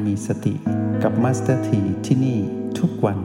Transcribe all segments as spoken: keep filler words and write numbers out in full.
มีสติกับมาสเตอร์ทีที่นี่ทุกวัน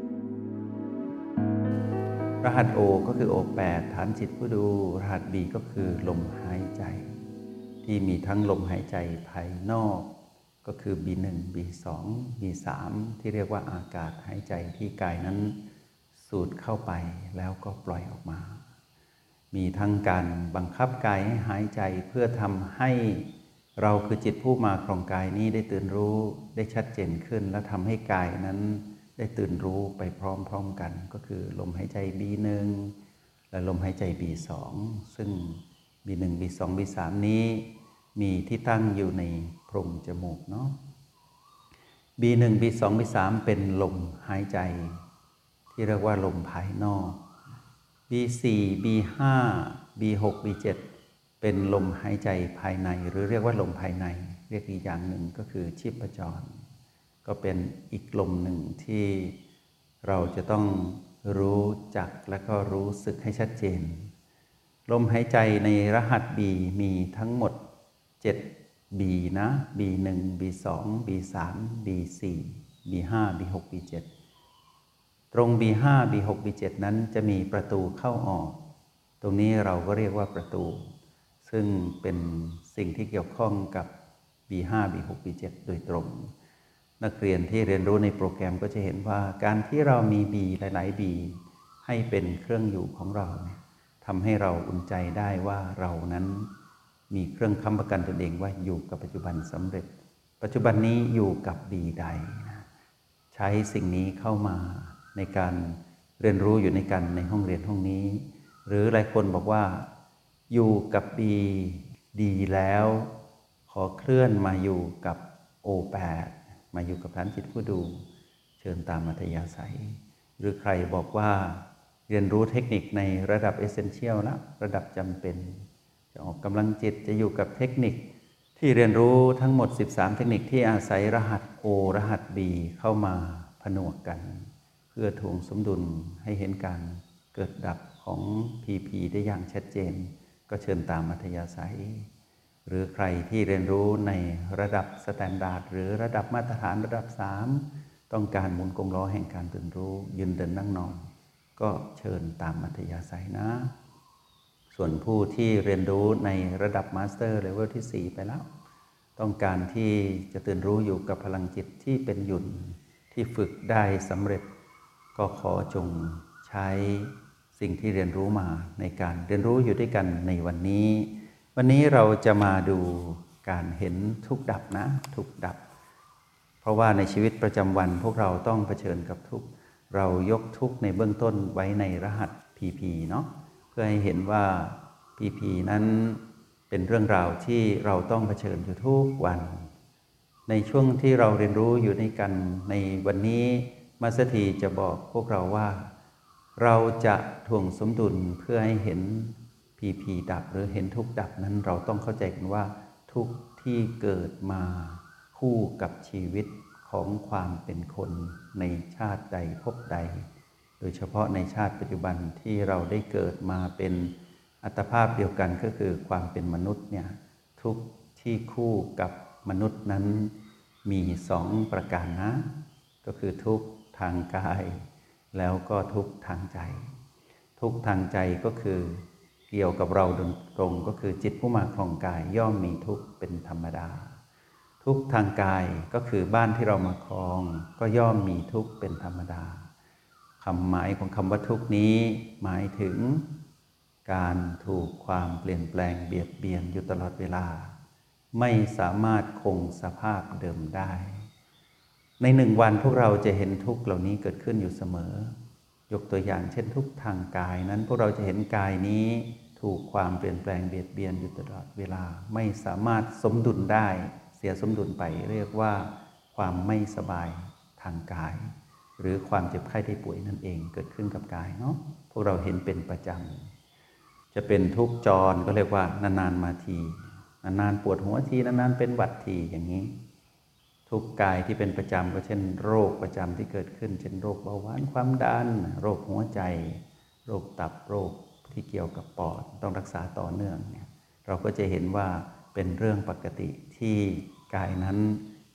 รหัส O ก็คือ โอ แปด ฐานจิตผู้ดูรหัส B ก็คือลมหายใจที่มีทั้งลมหายใจภายนอกก็คือ บี หนึ่ง บี สอง บี สาม ที่เรียกว่าอากาศหายใจที่กายนั้นสูดเข้าไปแล้วก็ปล่อยออกมามีทั้งการบังคับกายให้หายใจเพื่อทำให้เราคือจิตผู้มาครองกายนี้ได้ตื่นรู้ได้ชัดเจนขึ้นและทำให้กายนั้นได้ตื่นรู้ไปพร้อมๆกันก็คือลมหายใจ บี หนึ่ง และลมหายใจ บี สอง ซึ่ง บี หนึ่ง บี สอง บี สาม นี้มีที่ตั้งอยู่ในโพรงจมูกเนาะ บี หนึ่ง บี สอง บี สาม เป็นลมหายใจที่เรียกว่าลมภายนอก บี สี่ บี ห้า บี หก บี เจ็ด เป็นลมหายใจภายในหรือเรียกว่าลมภายในเรียกอีกอย่างหนึ่งก็คือชีพจรก็เป็นอีกลมหนึ่งที่เราจะต้องรู้จักและก็รู้สึกให้ชัดเจนลมหายใจในรหัส B มีทั้งหมดเจ็ด B นะ บี หนึ่ง บี สอง บี สาม บี สี่ บี ห้า บี หก บี เจ็ด ตรง บี ห้า บี หก บี เจ็ด นั้นจะมีประตูเข้าออกตรงนี้เราก็เรียกว่าประตูซึ่งเป็นสิ่งที่เกี่ยวข้องกับ บี ห้า บี หก บี เจ็ด โดยตรงนักเรียนที่เรียนรู้ในโปรแกรมก็จะเห็นว่าการที่เรามี B หลายๆ B ให้เป็นเครื่องอยู่ของเราเนี่ยทำให้เราอุ่นใจได้ว่าเรานั้นมีเครื่องค้ำประกันตนเองว่าอยู่กับปัจจุบันสำเร็จปัจจุบันนี้อยู่กับ B ใดนะใช้สิ่งนี้เข้ามาในการเรียนรู้อยู่ในกันในห้องเรียนห้องนี้หรือหลายคนบอกว่าอยู่กับ B ดีแล้วขอเคลื่อนมาอยู่กับ โอ แปด มาอยู่กับฐานจิตผู้ดูเชิญตามอัธยาศัยหรือใครบอกว่าเรียนรู้เทคนิคในระดับเอเซนเชียลละระดับจำเป็นจะออกกำลังจิตจะอยู่กับเทคนิคที่เรียนรู้ทั้งหมดสิบสามเทคนิคที่อาศัยรหัส O รหัส B เข้ามาผนวกกันเพื่อทวงสมดุลให้เห็นการเกิดดับของ พี พี ได้อย่างชัดเจนก็เชิญตามอัธยาศัยหรือใครที่เรียนรู้ในระดับสแตนดาร์ดหรือระดับมาตรฐานระดับสามต้องการหมุนกลมล้อแห่งการตื่นรู้ยืนเดินนั่งนอนก็เชิญตามอัธยาศัยนะส่วนผู้ที่เรียนรู้ในระดับมาสเตอร์เลเวลที่สี่ไปแล้วต้องการที่จะตื่นรู้อยู่กับพลังจิตที่เป็นหยุ่นที่ฝึกได้สำเร็จก็ขอจงใช้สิ่งที่เรียนรู้มาในการเรียนรู้อยู่ด้วยกันในวันนี้วันนี้เราจะมาดูการเห็นทุกข์ดับนะทุกข์ดับเพราะว่าในชีวิตประจำวันพวกเราต้องเผชิญกับทุกข์เรายกทุกข์ในเบื้องต้นไว้ในรหัส พี พี เนาะเพื่อให้เห็นว่า พี พี นั้นเป็นเรื่องราวที่เราต้องเผชิญอยู่ทุกวันในช่วงที่เราเรียนรู้อยู่ในกันในวันนี้มาสถีจะบอกพวกเราว่าเราจะถ่วงสมดุลเพื่อให้เห็น พี พี ดับหรือเห็นทุกข์ดับนั้นเราต้องเข้าใจกันว่าทุกข์ที่เกิดมาคู่กับชีวิตของความเป็นคนในชาติใดภพใดโดยเฉพาะในชาติปัจจุบันที่เราได้เกิดมาเป็นอัตภาพเดียวกันก็คือความเป็นมนุษย์เนี่ยทุกข์ที่คู่กับมนุษย์นั้นมีสองประการนะก็คือทุกข์ทางกายแล้วก็ทุกข์ทางใจทุกข์ทางใจก็คือเกี่ยวกับเราโดยตรงก็คือจิตผู้มาครองกายย่อมมีทุกข์เป็นธรรมดาทุกข์ทางกายก็คือบ้านที่เรามาครองก็ย่อมมีทุกข์เป็นธรรมดาคำหมายของคำว่าทุกข์นี้หมายถึงการถูกความเปลี่ยนแปลงเบียดเบียนอยู่ตลอดเวลาไม่สามารถคงสภาพเดิมได้ในหนึ่งวันพวกเราจะเห็นทุกข์เหล่านี้เกิดขึ้นอยู่เสมอยกตัวอย่างเช่นทุกข์ทางกายนั้นพวกเราจะเห็นกายนี้ถูกความเปลี่ยนแปลงเบียดเบียนอยู่ตลอดเวลาไม่สามารถสมดุลได้เสียสมดุลไปเรียกว่าความไม่สบายทางกายหรือความเจ็บไข้ได้ป่วยนั่นเองเกิดขึ้นกับกายเนาะพวกเราเห็นเป็นประจำจะเป็นทุกข์จรก็เรียกว่านานๆมาทีนานๆปวดหัวทีนานๆเป็นหวัดทีอย่างนี้ทุกกายที่เป็นประจำก็เช่นโรคประจำที่เกิดขึ้นเช่นโรคเบาหวานความดันโรคหัวใจโรคตับโรคที่เกี่ยวกับปอดต้องรักษาต่อเนื่องเนี่ยเราก็จะเห็นว่าเป็นเรื่องปกติที่กายนั้น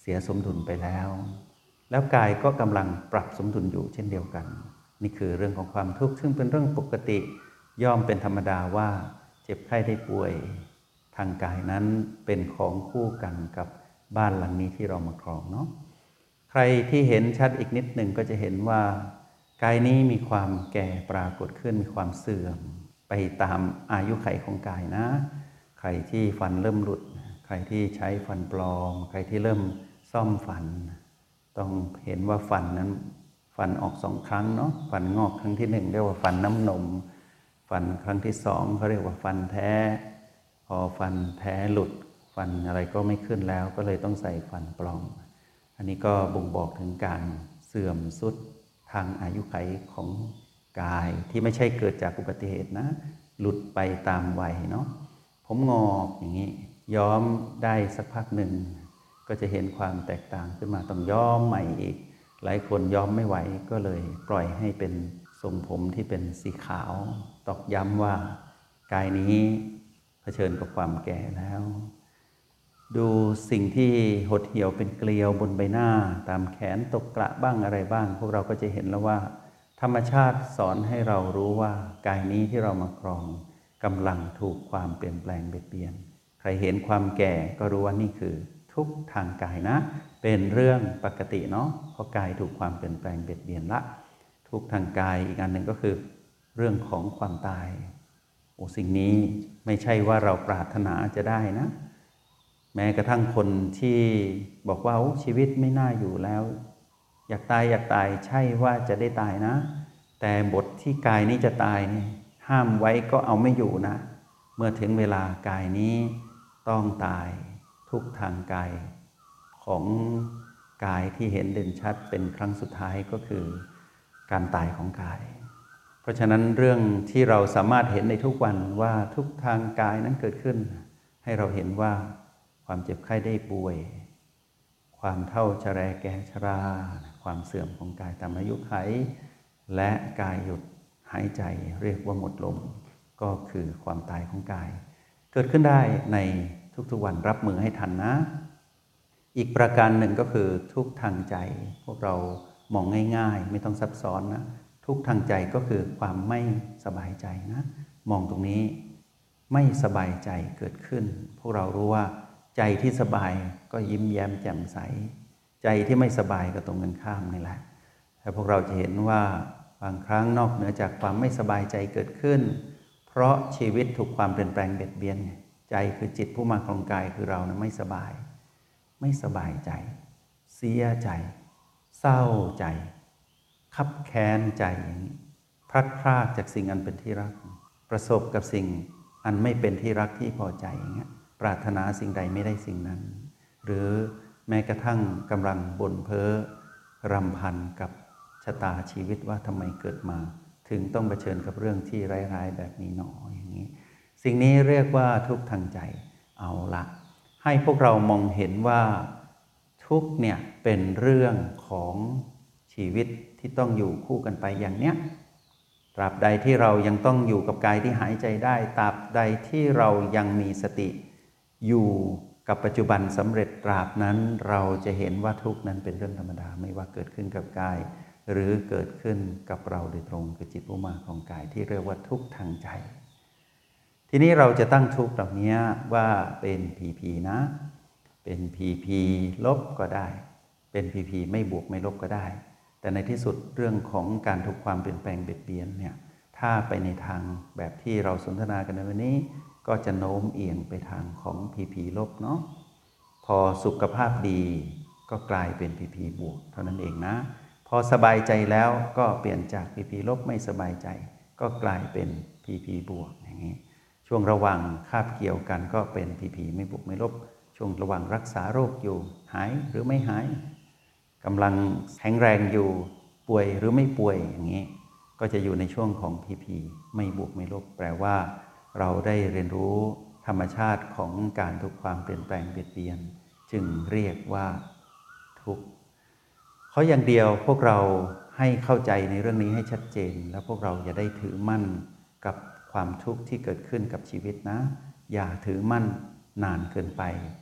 เสียสมดุลไปแล้วแล้วกายก็กำลังปรับสมดุลอยู่เช่นเดียวกันนี่คือเรื่องของความทุกข์ซึ่งเป็นเรื่องปกติย่อมเป็นธรรมดาว่าเจ็บไข้ได้ป่วยทางกายนั้นเป็นของคู่กันกับบ้านหลังนี้ที่เรามาครองเนาะใครที่เห็นชัดอีกนิดหนึ่งก็จะเห็นว่ากายนี้มีความแก่ปรากฏขึ้นมีความเสื่อมไปตามอายุขัยของกายนะใครที่ฟันเริ่มหลุดใครที่ใช้ฟันปลอมใครที่เริ่มซ่อมฟันต้องเห็นว่าฟันนั้นฟันออกสองครั้งเนาะฟันงอกครั้งที่หนึ่งเรียกว่าฟันน้ำนมฟันครั้งที่สองเขาเรียกว่าฟันแท้พอฟันแท้หลุดฟันอะไรก็ไม่ขึ้นแล้วก็เลยต้องใส่ฟันปลอมอันนี้ก็บ่งบอกถึงการเสื่อมทรุดทางอายุขัยของกายที่ไม่ใช่เกิดจากอุบัติเหตุนะหลุดไปตามวัยเนาะผมงอกอย่างนี้ย้อมได้สักพักหนึ่งก็จะเห็นความแตกต่างขึ้นมาต้องย้อมใหม่อีกหลายคนย้อมไม่ไหวก็เลยปล่อยให้เป็นทรงผมที่เป็นสีขาวตอกย้ำว่ากายนี้เผชิญกับความแก่แล้วดูสิ่งที่หดเหี่ยวเป็นเกลียวบนใบหน้าตามแขนตกกระบ้างอะไรบ้างพวกเราก็จะเห็นแล้วว่าธรรมชาติสอนให้เรารู้ว่ากายนี้ที่เรามาครองกำลังถูกความเปลี่ยนแปลงเบียดเบียนใครเห็นความแก่ก็รู้ว่านี่คือทุกข์ทางกายนะเป็นเรื่องปกติเนาะเพราะกายถูกความเปลี่ยนแปลงเบียดเบียนละทุกข์ทางกายอีกอันหนึ่งก็คือเรื่องของความตายโอ้สิ่งนี้ไม่ใช่ว่าเราปรารถนาจะได้นะแม้กระทั่งคนที่บอกว่าชีวิตไม่น่าอยู่แล้วอยากตายอยากตายใช่ว่าจะได้ตายนะแต่บทที่กายนี้จะตายนี่ห้ามไว้ก็เอาไม่อยู่นะเมื่อถึงเวลากายนี้ต้องตายทุกทางกายของกายที่เห็นเด่นชัดเป็นครั้งสุดท้ายก็คือการตายของกายเพราะฉะนั้นเรื่องที่เราสามารถเห็นในทุกวันว่าทุกทางกายนั้นเกิดขึ้นให้เราเห็นว่าความเจ็บไข้ได้ป่วยความเฒ่าชราแก่ชราความเสื่อมของกายตามอายุขัยและกายหยุดหายใจเรียกว่าหมดลมก็คือความตายของกายเกิดขึ้นได้ในทุกๆวันรับมือให้ทันนะอีกประการหนึ่งก็คือทุกทางใจพวกเรามองง่ายๆไม่ต้องซับซ้อนนะทุกทางใจก็คือความไม่สบายใจนะมองตรงนี้ไม่สบายใจเกิดขึ้นพวกเรารู้ว่าใจที่สบายก็ยิ้มแย้มแจ่มใสใจที่ไม่สบายก็ตรงกันข้ามนี่แหละแต่พวกเราจะเห็นว่าบางครั้งนอกเหนือจากความไม่สบายใจเกิดขึ้นเพราะชีวิตถูกความเปลี่ยนแปลงเบียดเบียนใจคือจิตผู้มาครองกายคือเรานะไม่สบายไม่สบายใจเสียใจเศร้าใจคับแค้นใจพลัดพรากจากสิ่งอันเป็นที่รักประสบกับสิ่งอันไม่เป็นที่รักที่พอใจอย่างเงี้ยปรารถนาสิ่งใดไม่ได้สิ่งนั้นหรือแม้กระทั่งกำลังบ่นเพ้อรำพันกับชะตาชีวิตว่าทำไมเกิดมาถึงต้องเผชิญกับเรื่องที่ร้ายๆแบบนี้หนออย่างนี้สิ่งนี้เรียกว่าทุกข์ทางใจเอาละให้พวกเรามองเห็นว่าทุกข์เนี่ยเป็นเรื่องของชีวิตที่ต้องอยู่คู่กันไปอย่างเนี้ยตราบใดที่เรายังต้องอยู่กับกายที่หายใจได้ตราบใดที่เรายังมีสติอยู่กับปัจจุบันสำเร็จตราบนั้นเราจะเห็นว่าทุกข์นั้นเป็นเรื่องธรรมดาไม่ว่าเกิดขึ้นกับกายหรือเกิดขึ้นกับเราโดยตรงคือจิตผู้มาของกายที่เรียกว่าทุกข์ทางใจทีนี้เราจะตั้งทุกข์เหล่านี้ว่าเป็นพีพีนะเป็นพีพีลบก็ได้เป็นพีพีไม่บวกไม่ลบก็ได้แต่ในที่สุดเรื่องของการถูกความเปลี่ยนแปลงเบียดเบียนเนี่ยถ้าไปในทางแบบที่เราสนทนากันในวันนี้ก็จะโน้มเอียงไปทางของพีพีลบเนาะพอสุขภาพดีก็กลายเป็นพีพีบวกเท่านั้นเองนะพอสบายใจแล้วก็เปลี่ยนจากพีพีลบไม่สบายใจก็กลายเป็นพีพีบวกอย่างนี้ช่วงระหว่างคาบเกี่ยวกันก็เป็นพีพีไม่บวกไม่ลบช่วงระหว่างรักษาโรคอยู่หายหรือไม่หายกำลังแข็งแรงอยู่ป่วยหรือไม่ป่วยอย่างนี้ก็จะอยู่ในช่วงของพีพีไม่บวกไม่ลบแปลว่าเราได้เรียนรู้ธรรมชาติของการถูกความเปลี่ยนแปลงเบียดเบียนจึงเรียกว่าทุกข์เพราะอย่างเดียวพวกเราให้เข้าใจในเรื่องนี้ให้ชัดเจนแล้วพวกเราอย่าได้ถือมั่นกับความทุกข์ที่เกิดขึ้นกับชีวิตนะอย่าถือมั่นนานเกินไปพ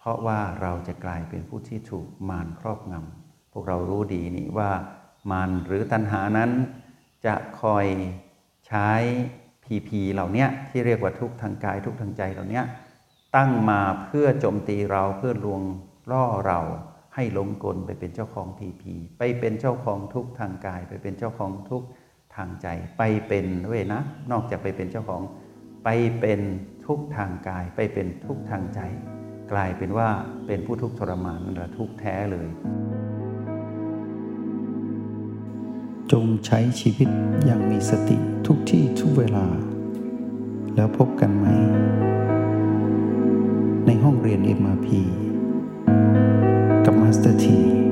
เพราะว่าเราจะกลายเป็นผู้ที่ถูกมารครอบงำพวกเรารู้ดีนี่ว่ามารหรือตัณหานั้นจะคอยใช้พีพีเหล่านี้ที่เรียกว่าทุกข์ทางกายทุกข์ทางใจเหล่านี้ตั้งมาเพื่อโจมตีเราเพื่อลวงล่อเราให้หลงกลไปเป็นเจ้าของพีพีไปเป็นเจ้าของทุกข์ทางกายไปเป็นเจ้าของทุกข์ทางใจไปเป็นเว้ยนะนอกจากไปเป็นเจ้าของไปเป็นทุกข์ทางกายไปเป็นทุกข์ทางใจกลายเป็นว่าเป็นผู้ทุกข์ทรมานนั่นแหละทุกข์แท้เลยจงใช้ชีวิตอย่างมีสติทุกที่ทุกเวลาแล้วพบกันไหมในห้องเรียน เอ็ม อาร์ พี กับมาสเตอร์ที